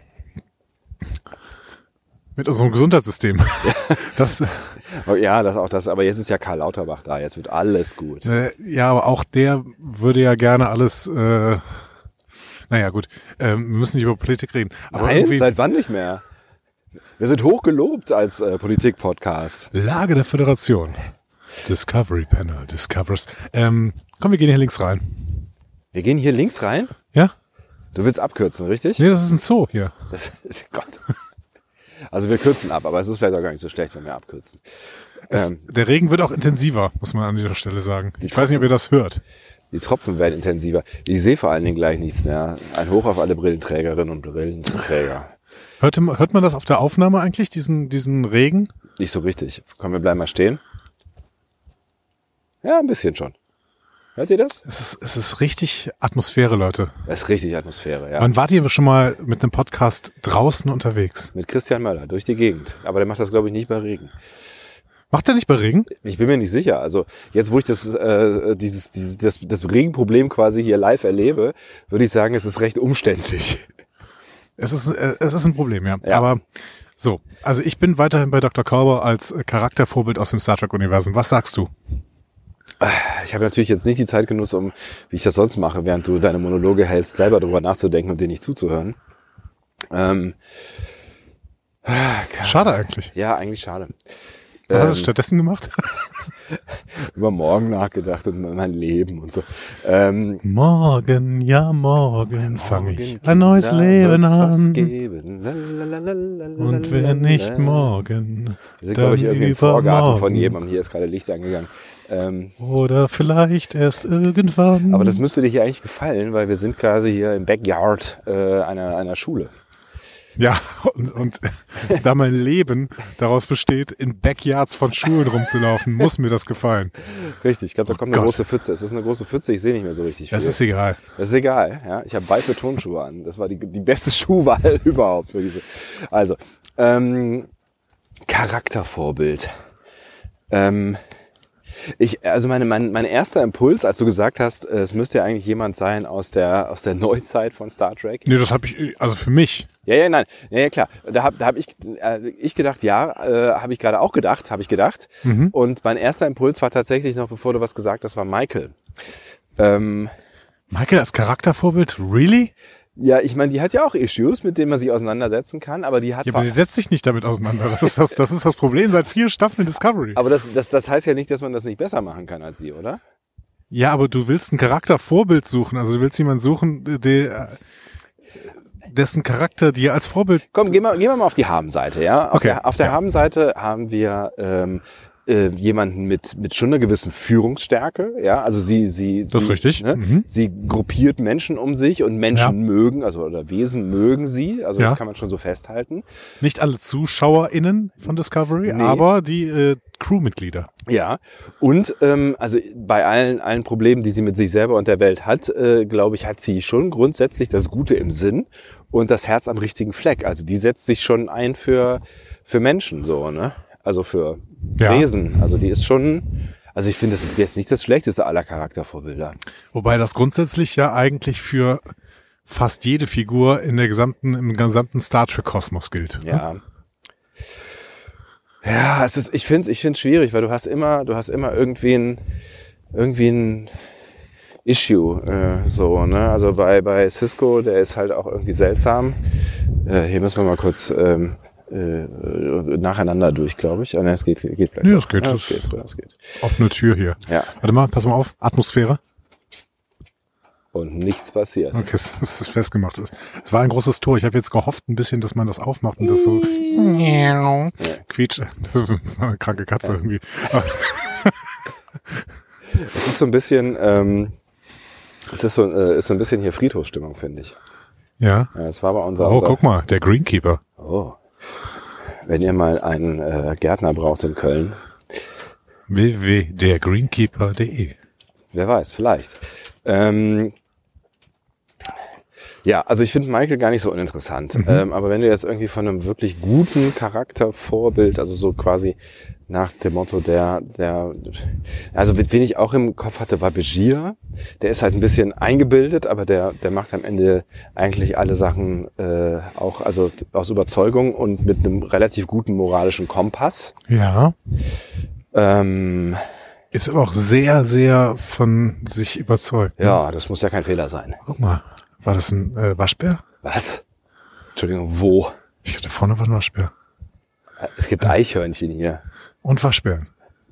Speaker 1: mit unserem Gesundheitssystem. Das
Speaker 2: ja, das auch das. Aber jetzt ist ja Karl Lauterbach da. Jetzt wird alles gut.
Speaker 1: äh, ja, aber auch der würde ja gerne alles. Äh, naja, gut. Ähm, wir müssen nicht über Politik reden. Aber
Speaker 2: Nein,
Speaker 1: irgendwie
Speaker 2: seit wann nicht mehr? Wir sind hoch gelobt als äh, Politik-Podcast.
Speaker 1: Lage der Föderation. Discovery Panel, Discovers. Ähm, komm, wir gehen hier links rein.
Speaker 2: Wir gehen hier links rein.
Speaker 1: Ja?
Speaker 2: Du willst abkürzen, richtig?
Speaker 1: Nee, das ist ein Zoo hier.
Speaker 2: Das ist Gott. Also wir kürzen ab, aber es ist vielleicht auch gar nicht so schlecht, wenn wir abkürzen.
Speaker 1: Es,
Speaker 2: Ähm,
Speaker 1: der Regen wird auch intensiver, muss man an dieser Stelle sagen. Ich weiß nicht, ob ihr das hört.
Speaker 2: die Tropfen werden intensiver. Ich sehe vor allen Dingen gleich nichts mehr. Ein Hoch auf alle Brillenträgerinnen und Brillenträger.
Speaker 1: Hört, hört man das auf der Aufnahme eigentlich, diesen, diesen Regen?
Speaker 2: Nicht so richtig. Komm, wir bleiben mal stehen. Ja, ein bisschen schon. Hört ihr das?
Speaker 1: Es ist, es ist richtig Atmosphäre, Leute.
Speaker 2: Das ist richtig Atmosphäre, ja.
Speaker 1: Wann wart ihr schon mal mit einem Podcast draußen unterwegs?
Speaker 2: Mit Christian Möller durch die Gegend. Aber der macht das, glaube ich, nicht bei Regen.
Speaker 1: Macht er nicht bei Regen?
Speaker 2: Ich bin mir nicht sicher. Also jetzt, wo ich das, äh, dieses, dieses, das, das Regenproblem quasi hier live erlebe, würde ich sagen, es ist recht umständlich.
Speaker 1: Es ist, äh, es ist ein Problem, ja.
Speaker 2: Ja.
Speaker 1: Aber so, also ich bin weiterhin bei Doktor Körber als äh, Charaktervorbild aus dem Star Trek-Universum. Was sagst du?
Speaker 2: Ich habe natürlich jetzt nicht die Zeit genutzt, um, wie ich das sonst mache, während du deine Monologe hältst, selber darüber nachzudenken und dir nicht zuzuhören. Ähm,
Speaker 1: Schade eigentlich.
Speaker 2: ja, eigentlich schade.
Speaker 1: Was hast du
Speaker 2: Ähm,
Speaker 1: stattdessen gemacht?
Speaker 2: über morgen nachgedacht und mein Leben und so. Ähm,
Speaker 1: Morgen, ja morgen fange ich
Speaker 2: morgen,
Speaker 1: ein neues
Speaker 2: Kinder,
Speaker 1: Leben
Speaker 2: wird's was
Speaker 1: an.
Speaker 2: geben. Lalalala.
Speaker 1: Und wenn nicht morgen,
Speaker 2: Wir sind, glaube ich,
Speaker 1: dann
Speaker 2: irgendwie im Vorgarten von
Speaker 1: übermorgen.
Speaker 2: jemandem. Hier ist gerade Licht angegangen. Ähm,
Speaker 1: Oder vielleicht erst irgendwann.
Speaker 2: aber das müsste dir hier eigentlich gefallen, weil wir sind quasi hier im Backyard äh, einer, einer Schule.
Speaker 1: Ja, und, und da mein Leben daraus besteht, in Backyards von Schulen rumzulaufen, muss mir das gefallen.
Speaker 2: Richtig, ich glaube, da kommt eine
Speaker 1: Gott.
Speaker 2: große Pfütze. Es ist eine große Pfütze, ich sehe nicht mehr so richtig viel.
Speaker 1: Das ist egal.
Speaker 2: Das ist egal, ja. Ich habe weiße Turnschuhe an. Das war die, die beste Schuhwahl überhaupt für diese. Also, ähm, Charaktervorbild. Ähm, ich, also meine, mein, mein erster Impuls, als du gesagt hast, äh, es müsste ja eigentlich jemand sein aus der, aus der Neuzeit von Star Trek.
Speaker 1: Nee, das habe ich, also für mich.
Speaker 2: Ja, ja, nein, ja, ja klar. Da habe da hab ich, äh, ich gedacht, ja, äh, habe ich gerade auch gedacht, habe ich gedacht.
Speaker 1: Mhm.
Speaker 2: Und mein erster Impuls war tatsächlich noch, bevor du was gesagt hast, war Michael. Ähm,
Speaker 1: Michael als Charaktervorbild, really?
Speaker 2: ja, ich meine, die hat ja auch Issues, mit denen man sich auseinandersetzen kann, aber die hat.
Speaker 1: Ja, aber sie setzt sich nicht damit auseinander. Das ist das, das ist das Problem seit vier Staffeln Discovery.
Speaker 2: aber das, das, das heißt ja nicht, dass man das nicht besser machen kann als sie, oder?
Speaker 1: Ja, aber du willst ein Charaktervorbild suchen. Also du willst jemanden suchen, der, dessen Charakter dir als Vorbild...
Speaker 2: Komm, gehen wir, gehen wir mal auf die Habenseite, ja? Auf
Speaker 1: Okay,
Speaker 2: der, auf der
Speaker 1: ja.
Speaker 2: Habenseite haben wir ähm, äh, jemanden mit mit schon einer gewissen Führungsstärke, ja? Also sie sie
Speaker 1: Das ist
Speaker 2: sie,
Speaker 1: richtig.
Speaker 2: Ne?
Speaker 1: Mhm.
Speaker 2: Sie gruppiert Menschen um sich und Menschen
Speaker 1: Ja.
Speaker 2: mögen, also oder Wesen mögen sie, also
Speaker 1: Ja.
Speaker 2: das kann man schon so festhalten.
Speaker 1: Nicht alle ZuschauerInnen von Discovery,
Speaker 2: Nee.
Speaker 1: aber die äh, Crewmitglieder.
Speaker 2: Ja, und ähm, also bei allen allen Problemen, die sie mit sich selber und der Welt hat, äh, glaube ich, hat sie schon grundsätzlich das Gute im Sinn und das Herz am richtigen Fleck. Also die setzt sich schon ein für für Menschen so, ne? Also für
Speaker 1: Ja.
Speaker 2: Wesen. Also die ist schon, also ich finde, das ist jetzt nicht das schlechteste aller Charaktervorbilder.
Speaker 1: Wobei das grundsätzlich ja eigentlich für fast jede Figur in der gesamten, im gesamten Star Trek-Kosmos gilt.
Speaker 2: Ja. Ja, es ist, ich finde es ich find's schwierig, weil du hast immer, du hast immer irgendwie ein, irgendwie ein Issue, äh, so, ne? Also bei, bei Cisco, der ist halt auch irgendwie seltsam. Äh, hier müssen wir mal kurz, ähm, äh, nacheinander durch, glaube ich. Ah, ne, es geht, geht gleich.
Speaker 1: Nee, das geht,
Speaker 2: Ja,
Speaker 1: das-
Speaker 2: das geht, das geht.
Speaker 1: Offene Tür hier.
Speaker 2: Ja.
Speaker 1: Warte mal, pass mal auf. Atmosphäre.
Speaker 2: Und nichts passiert.
Speaker 1: Okay, es es ist festgemacht. Es es war ein großes Tor. Ich habe jetzt gehofft ein bisschen, dass man das aufmacht und das so quietscht. Das war eine kranke Katze irgendwie.
Speaker 2: Es ist so ein bisschen, ähm, es ist so, äh, ist so ein bisschen hier Friedhofsstimmung, finde ich.
Speaker 1: Ja.
Speaker 2: Ja, das war aber unser,
Speaker 1: Oh,
Speaker 2: unser
Speaker 1: guck mal, der Greenkeeper.
Speaker 2: Oh. Wenn ihr mal einen äh, Gärtner braucht in Köln,
Speaker 1: w w w punkt der greenkeeper punkt de.
Speaker 2: wer weiß, vielleicht. Ähm, ja, also ich finde Michael gar nicht so uninteressant. Ähm, aber wenn du jetzt irgendwie von einem wirklich guten Charaktervorbild, also so quasi nach dem Motto der, der, also wen ich auch im Kopf hatte, war Begier. Der ist halt ein bisschen eingebildet, aber der, der macht am Ende eigentlich alle Sachen äh, auch, also aus Überzeugung und mit einem relativ guten moralischen Kompass.
Speaker 1: Ja.
Speaker 2: Ähm,
Speaker 1: Ist aber auch sehr, sehr von sich überzeugt. ne?
Speaker 2: ja, das muss ja kein Fehler sein.
Speaker 1: Guck mal, war das ein äh, Waschbär?
Speaker 2: Was? Entschuldigung, wo?
Speaker 1: Ich hatte vorne war ein Waschbär.
Speaker 2: Es gibt Eichhörnchen hier.
Speaker 1: Und Waschbären.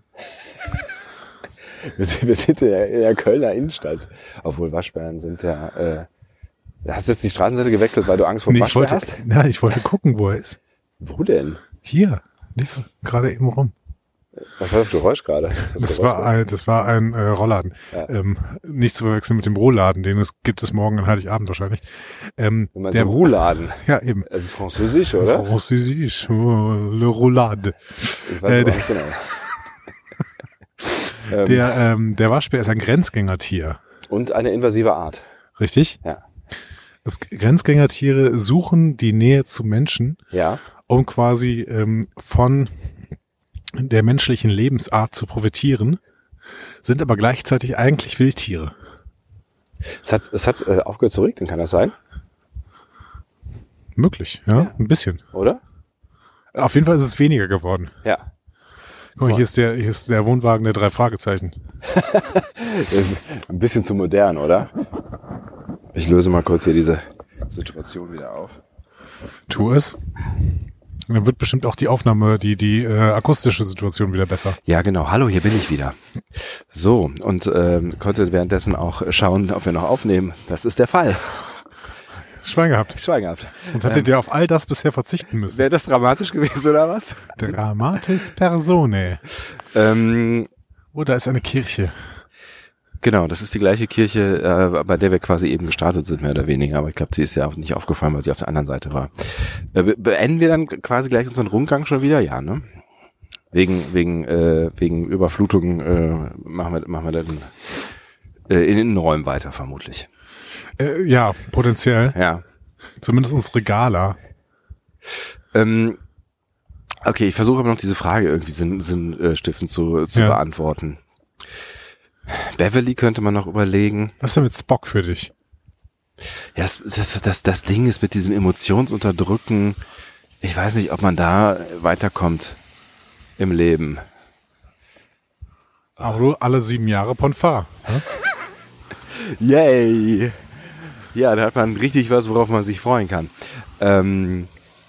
Speaker 2: Wir sind, wir sind in, der, in der Kölner Innenstadt. Obwohl Waschbären sind ja... Äh, hast du jetzt die Straßenseite gewechselt, weil du Angst vor
Speaker 1: Nee, ich
Speaker 2: Waschbären
Speaker 1: wollte,
Speaker 2: hast?
Speaker 1: nein, ich wollte gucken, wo er ist.
Speaker 2: Wo denn?
Speaker 1: Hier. Lief gerade eben rum.
Speaker 2: Was war das Geräusch gerade? Was hast
Speaker 1: Das
Speaker 2: du
Speaker 1: war
Speaker 2: rausgehört?
Speaker 1: ein, das war ein äh, Rollladen.
Speaker 2: Ja.
Speaker 1: Ähm, nicht zu verwechseln mit dem Rohladen, den es gibt es morgen an Heiligabend wahrscheinlich. Ähm,
Speaker 2: Du meinst
Speaker 1: der
Speaker 2: der Ruhladen.
Speaker 1: Ja, eben.
Speaker 2: Es ist französisch, oder?
Speaker 1: Französisch, oh, le Roulade.
Speaker 2: Ich weiß
Speaker 1: Äh,
Speaker 2: aber nicht genau. Ähm,
Speaker 1: Der, ähm, der Waschbär ist ein Grenzgängertier.
Speaker 2: und eine invasive Art.
Speaker 1: Richtig?
Speaker 2: Ja.
Speaker 1: Das Grenzgängertiere suchen die Nähe zu Menschen,
Speaker 2: Ja.
Speaker 1: um quasi ähm, von der menschlichen Lebensart zu profitieren, sind aber gleichzeitig eigentlich Wildtiere.
Speaker 2: Es hat, es hat äh, aufgehört zu regnen, kann das sein?
Speaker 1: Möglich, ja,
Speaker 2: Ja.
Speaker 1: ein bisschen.
Speaker 2: Oder?
Speaker 1: Auf jeden Fall ist es weniger geworden.
Speaker 2: Ja.
Speaker 1: Guck mal, hier ist der, hier ist der Wohnwagen der drei Fragezeichen.
Speaker 2: Das ist ein bisschen zu modern, oder? Ich löse mal kurz hier diese Situation wieder auf.
Speaker 1: Tu es. Und dann wird bestimmt auch die Aufnahme, die, die äh, akustische Situation wieder besser.
Speaker 2: Ja, genau. Hallo, hier bin ich wieder. So, und ähm, konnte währenddessen auch schauen, ob wir noch aufnehmen. Das ist der Fall.
Speaker 1: Schwein gehabt.
Speaker 2: Schwein gehabt.
Speaker 1: Sonst hättet ihr auf all das bisher verzichten müssen.
Speaker 2: Wäre das dramatisch gewesen, oder was?
Speaker 1: Dramatis Personae.
Speaker 2: Ähm,
Speaker 1: Oh, da ist eine Kirche.
Speaker 2: genau, das ist die gleiche Kirche, äh, bei der wir quasi eben gestartet sind, mehr oder weniger. Aber ich glaube, sie ist ja auch nicht aufgefallen, weil sie auf der anderen Seite war. Äh, be- beenden wir dann quasi gleich unseren Rundgang schon wieder? Ja, ne? Wegen wegen äh, wegen Überflutung äh, machen wir machen wir dann äh, in Innenräumen weiter vermutlich.
Speaker 1: Äh, ja, potenziell.
Speaker 2: Ja.
Speaker 1: Zumindest unsere Gala.
Speaker 2: Ähm, okay, ich versuche aber noch diese Frage irgendwie sinn, sinnstiftend zu, zu
Speaker 1: Ja.
Speaker 2: beantworten. Beverly könnte man noch überlegen.
Speaker 1: Was ist denn mit Spock für dich?
Speaker 2: Ja, das, das, das, das Ding ist mit diesem Emotionsunterdrücken. Ich weiß nicht, ob man da weiterkommt im Leben.
Speaker 1: Aber du alle sieben Jahre Ponfar.
Speaker 2: Yay! Ja, da hat man richtig was, worauf man sich freuen kann. Ähm,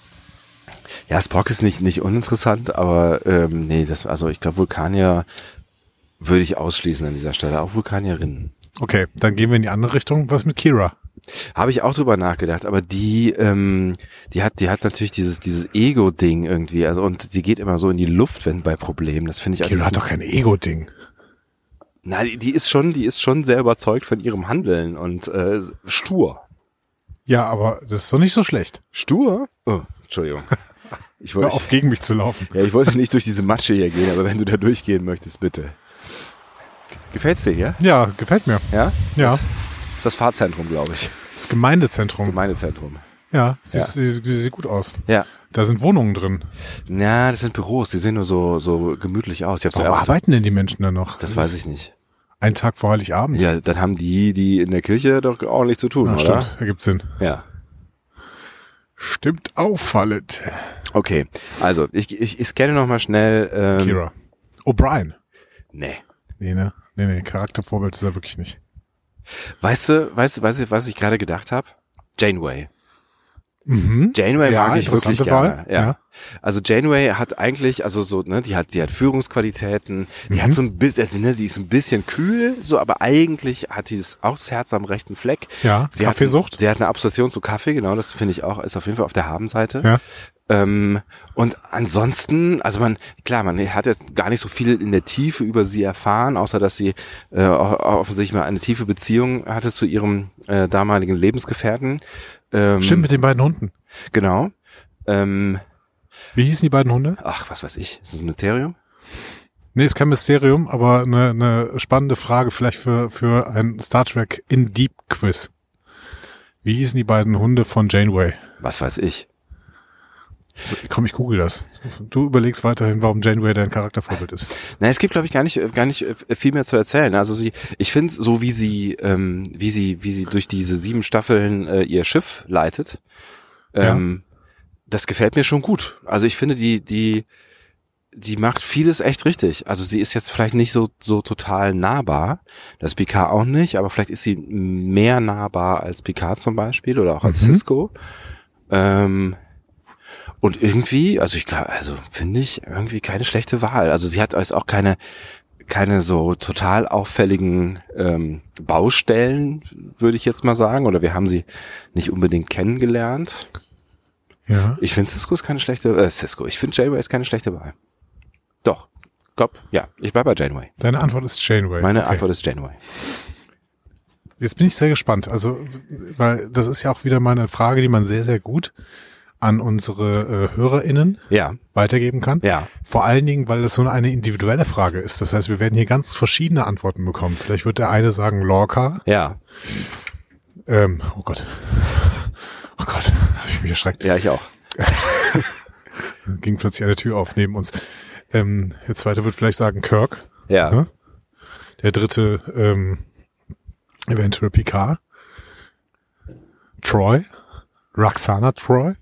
Speaker 2: ja, Spock ist nicht nicht uninteressant, aber ähm, nee, das also ich glaube Vulkanier würde ich ausschließen an dieser Stelle, auch Vulkanierinnen.
Speaker 1: Okay, dann gehen wir in die andere Richtung. Was mit Kira?
Speaker 2: Habe ich auch drüber nachgedacht, aber die, ähm, die hat, die hat natürlich dieses, dieses Ego-Ding irgendwie, also und sie geht immer so in die Luft, wenn bei Problemen. Das finde ich
Speaker 1: Kira hat doch kein Ego-Ding.
Speaker 2: Na, die, die ist schon, die ist schon sehr überzeugt von ihrem Handeln und äh, stur.
Speaker 1: Ja, aber das ist doch nicht so schlecht.
Speaker 2: Stur? Oh, Entschuldigung. Ich
Speaker 1: Hör
Speaker 2: wollte,
Speaker 1: auf, gegen mich zu laufen.
Speaker 2: ja, ich wollte nicht durch diese Matsche hier gehen, aber wenn du da durchgehen möchtest, bitte. Gefällt's dir hier?
Speaker 1: Ja, gefällt mir.
Speaker 2: Ja?
Speaker 1: Ja,
Speaker 2: Das ist das Fahrzentrum, glaube ich.
Speaker 1: das Gemeindezentrum.
Speaker 2: Gemeindezentrum.
Speaker 1: Ja, sieht,
Speaker 2: Ja.
Speaker 1: sieht, sieht gut aus.
Speaker 2: Ja.
Speaker 1: Da sind Wohnungen drin.
Speaker 2: Na, das sind Büros, die sehen nur so, so gemütlich aus. Ich hab
Speaker 1: Warum
Speaker 2: zuerst-
Speaker 1: arbeiten denn die Menschen da noch?
Speaker 2: Das weiß ich nicht.
Speaker 1: Ein Tag vor Heiligabend.
Speaker 2: Ja, dann haben die, die in der Kirche doch ordentlich zu tun,
Speaker 1: Ja,
Speaker 2: oder?
Speaker 1: stimmt, ergibt Sinn.
Speaker 2: Ja.
Speaker 1: Stimmt auffallend.
Speaker 2: Okay, also ich, ich, ich scanne noch mal schnell. Ähm,
Speaker 1: Kira. O'Brien.
Speaker 2: Nee.
Speaker 1: Nee, ne? Nee, nee, Charaktervorbild ist er wirklich nicht.
Speaker 2: Weißt du, weißt du, weißt du, was ich gerade gedacht habe? Janeway.
Speaker 1: Mhm.
Speaker 2: Janeway
Speaker 1: Ja,
Speaker 2: mag ich wirklich
Speaker 1: interessante
Speaker 2: gerne.
Speaker 1: Wahl.
Speaker 2: Ja.
Speaker 1: Ja.
Speaker 2: Also Janeway hat eigentlich, also so, ne, die hat, die hat Führungsqualitäten, die
Speaker 1: Mhm.
Speaker 2: hat so ein bisschen, also, ne, die ist ein bisschen kühl, so, aber eigentlich hat die das auch das Herz am rechten Fleck.
Speaker 1: Ja,
Speaker 2: Sie hat,
Speaker 1: Kaffeesucht.
Speaker 2: sie hat eine Obsession zu Kaffee, genau, das finde ich auch, ist auf jeden Fall auf der Habenseite.
Speaker 1: Ja.
Speaker 2: Ähm, und ansonsten, also man, klar, man hat jetzt gar nicht so viel in der Tiefe über sie erfahren, außer dass sie äh, offensichtlich mal eine tiefe Beziehung hatte zu ihrem äh, damaligen Lebensgefährten. Ähm,
Speaker 1: Stimmt, mit den beiden Hunden.
Speaker 2: Genau. Ähm,
Speaker 1: Wie hießen die beiden Hunde?
Speaker 2: ach, was weiß ich, ist das ein Mysterium?
Speaker 1: Nee, ist kein Mysterium, aber eine, eine spannende Frage vielleicht für, für ein Star Trek in Deep Quiz. Wie hießen die beiden Hunde von Janeway?
Speaker 2: Was weiß ich.
Speaker 1: So, komm, ich google das. Du überlegst weiterhin, warum Janeway dein Charaktervorbild ist.
Speaker 2: Na, es gibt, glaube ich, gar nicht, gar nicht viel mehr zu erzählen. Also sie, ich finde, so wie sie, ähm, wie sie, wie sie durch diese sieben Staffeln äh, ihr Schiff leitet, ähm, das gefällt mir schon gut. Also ich finde, die, die, die macht vieles echt richtig. Also sie ist jetzt vielleicht nicht so, so total nahbar. Das Picard auch nicht, aber vielleicht ist sie mehr nahbar als Picard zum Beispiel oder auch als
Speaker 1: Mhm.
Speaker 2: Sisko. Ähm, Und irgendwie, also ich glaube, also finde ich irgendwie keine schlechte Wahl. Also sie hat jetzt auch keine keine so total auffälligen ähm, Baustellen, würde ich jetzt mal sagen. Oder wir haben sie nicht unbedingt kennengelernt.
Speaker 1: Ja.
Speaker 2: Ich finde Cisco ist keine schlechte, äh, Cisco, ich finde Janeway ist keine schlechte Wahl. Doch, glaub, ja, ich bleibe bei Janeway.
Speaker 1: Deine Antwort ist Janeway.
Speaker 2: Meine
Speaker 1: Okay.
Speaker 2: Antwort ist Janeway.
Speaker 1: Jetzt bin ich sehr gespannt. Also, weil das ist ja auch wieder mal eine Frage, die man sehr, sehr gut an unsere äh, HörerInnen
Speaker 2: Ja,
Speaker 1: weitergeben kann.
Speaker 2: ja.
Speaker 1: Vor allen Dingen, weil es so eine individuelle Frage ist. Das heißt, wir werden hier ganz verschiedene Antworten bekommen. Vielleicht wird der eine sagen Lorca.
Speaker 2: Ja,
Speaker 1: Ähm, oh Gott. Oh Gott, habe ich mich erschreckt.
Speaker 2: ja, ich auch.
Speaker 1: Ging plötzlich eine Tür auf neben uns. Ähm, der zweite wird vielleicht sagen Kirk.
Speaker 2: Ja,
Speaker 1: Ja? Der dritte ähm, eventuell Picard. Troy. Roxana Troy.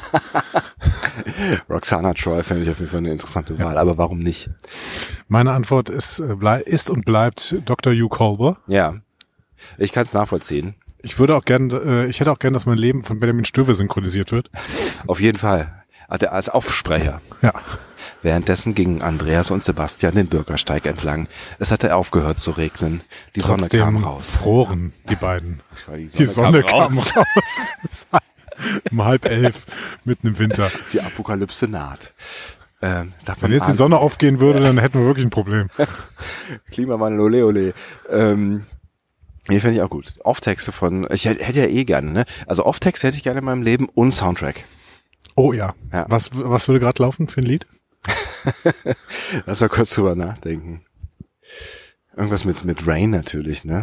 Speaker 2: Roxana Troy finde ich auf jeden Fall eine interessante Wahl, aber warum nicht?
Speaker 1: Meine Antwort ist, äh, blei- ist und bleibt Doktor Hugh Culber.
Speaker 2: Ja, ich kann es nachvollziehen.
Speaker 1: Ich würde auch gern, äh, ich hätte auch gern, dass mein Leben von Benjamin Stöwe synchronisiert wird.
Speaker 2: Auf jeden Fall. Hatte als Aufsprecher.
Speaker 1: Ja.
Speaker 2: Währenddessen gingen Andreas und Sebastian den Bürgersteig entlang. Es hatte aufgehört zu regnen. Die Sonne
Speaker 1: Trotzdem
Speaker 2: kam raus.
Speaker 1: froren die beiden.
Speaker 2: Die Sonne,
Speaker 1: Die Sonne kam raus. Um halb elf, mitten im Winter.
Speaker 2: Die Apokalypse naht. Ähm,
Speaker 1: Wenn jetzt die Sonne aufgehen würde, dann hätten wir wirklich ein Problem.
Speaker 2: Klimawandel, ole, ole. Ähm, nee, finde ich auch gut. Off-Texte von, ich hätte hätte ja eh gerne, ne? Also Off-Texte hätte ich gerne in meinem Leben und Soundtrack.
Speaker 1: Oh ja.
Speaker 2: Ja.
Speaker 1: Was, was würde gerade laufen für ein Lied?
Speaker 2: Lass mal kurz drüber nachdenken. Irgendwas mit, mit Rain natürlich, ne?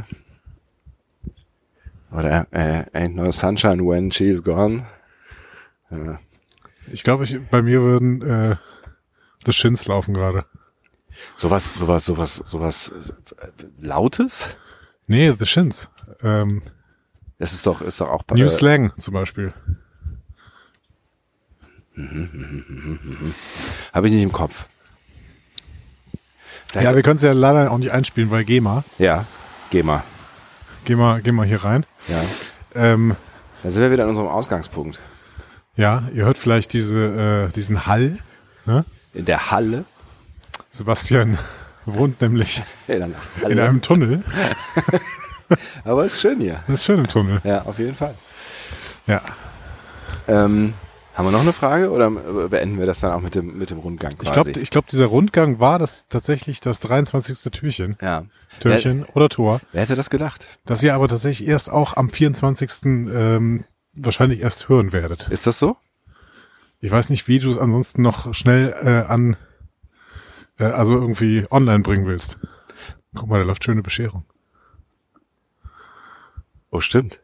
Speaker 2: Oder äh, Ain't No Sunshine When She's Gone. Ja.
Speaker 1: Ich glaube, ich, bei mir würden äh, The Shins laufen gerade.
Speaker 2: Sowas, sowas, sowas, sowas äh, Lautes?
Speaker 1: Nee, The Shins. Ähm,
Speaker 2: Das ist doch, ist doch auch
Speaker 1: New
Speaker 2: äh,
Speaker 1: Slang zum Beispiel.
Speaker 2: Habe ich nicht im Kopf.
Speaker 1: Ja, wir können es ja leider auch nicht einspielen, weil GEMA.
Speaker 2: Ja, geh mal.
Speaker 1: Geh mal, geh mal hier rein.
Speaker 2: Ja.
Speaker 1: Ähm,
Speaker 2: Da sind wir wieder an unserem Ausgangspunkt.
Speaker 1: ja, ihr hört vielleicht diese, äh, diesen Hall. Ne?
Speaker 2: In der Halle.
Speaker 1: Sebastian wohnt nämlich
Speaker 2: In, der Halle.
Speaker 1: in einem Tunnel.
Speaker 2: Aber ist schön hier.
Speaker 1: Das ist schön im Tunnel.
Speaker 2: Ja, auf jeden Fall.
Speaker 1: Ja.
Speaker 2: Ähm, haben wir noch eine Frage oder beenden wir das dann auch mit dem mit dem Rundgang quasi?
Speaker 1: Ich glaube, ich glaub, dieser Rundgang war das tatsächlich das dreiundzwanzigste Türchen.
Speaker 2: ja.
Speaker 1: Türchen oder Tor.
Speaker 2: Wer hätte das gedacht?
Speaker 1: Das ihr aber tatsächlich erst auch am vierundzwanzigsten Ähm, wahrscheinlich erst hören werdet.
Speaker 2: Ist das so?
Speaker 1: Ich weiß nicht, wie du es ansonsten noch schnell äh, an, äh, also irgendwie online bringen willst. Guck mal, da läuft schöne Bescherung.
Speaker 2: Oh, stimmt.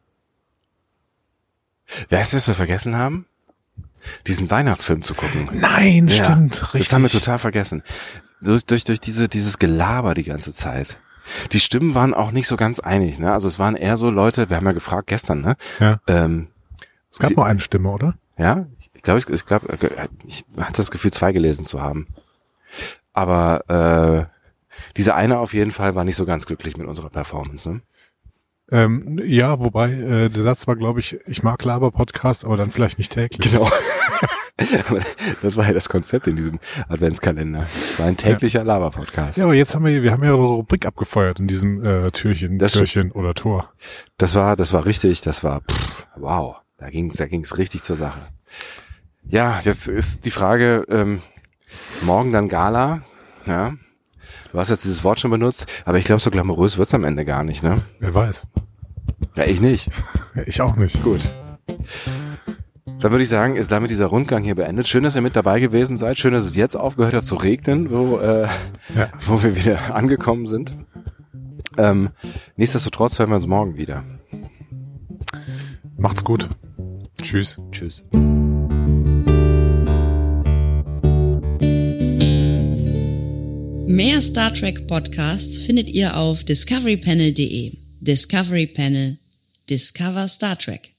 Speaker 2: Weißt du, was wir vergessen haben? Diesen Weihnachtsfilm zu gucken.
Speaker 1: Nein,
Speaker 2: Ja,
Speaker 1: stimmt, richtig.
Speaker 2: Das haben wir total vergessen. Durch, durch, durch diese, dieses Gelaber die ganze Zeit. Die Stimmen waren auch nicht so ganz einig, ne? Also es waren eher so Leute, wir haben ja gefragt gestern, ne?
Speaker 1: Ja.
Speaker 2: Ähm,
Speaker 1: Es gab
Speaker 2: die-
Speaker 1: nur eine Stimme, oder?
Speaker 2: ja, ich glaube, ich, ich glaube, ich hatte das Gefühl, zwei gelesen zu haben. Aber äh, dieser eine auf jeden Fall war nicht so ganz glücklich mit unserer Performance, ne?
Speaker 1: Ähm, ja, wobei äh, der Satz war, glaube ich, ich mag Laber-Podcasts, aber dann vielleicht nicht täglich.
Speaker 2: Genau. Aber das war ja das Konzept in diesem Adventskalender. Es war ein täglicher Laber-Podcast.
Speaker 1: Ja, aber jetzt haben wir, wir haben ja eine Rubrik abgefeuert in diesem äh, Türchen,
Speaker 2: Das
Speaker 1: Türchen oder Tor.
Speaker 2: Das war, das war richtig, das war, pff, wow, da ging's, da ging's richtig zur Sache. Ja, jetzt ist die Frage, ähm, morgen dann Gala, ja. Du hast jetzt dieses Wort schon benutzt, aber ich glaube, so glamourös wird's am Ende gar nicht, ne?
Speaker 1: Wer weiß.
Speaker 2: Ja, ich nicht.
Speaker 1: Ich auch nicht.
Speaker 2: Gut. Dann würde ich sagen, ist damit dieser Rundgang hier beendet. Schön, dass ihr mit dabei gewesen seid. Schön, dass es jetzt aufgehört hat zu regnen, wo, äh,
Speaker 1: Ja.
Speaker 2: wo wir wieder angekommen sind. Ähm, nichtsdestotrotz hören wir uns morgen wieder.
Speaker 1: Macht's gut. Tschüss.
Speaker 2: Tschüss.
Speaker 3: Mehr Star Trek Podcasts findet ihr auf discovery panel punkt de. Discovery Panel. Discover Star Trek.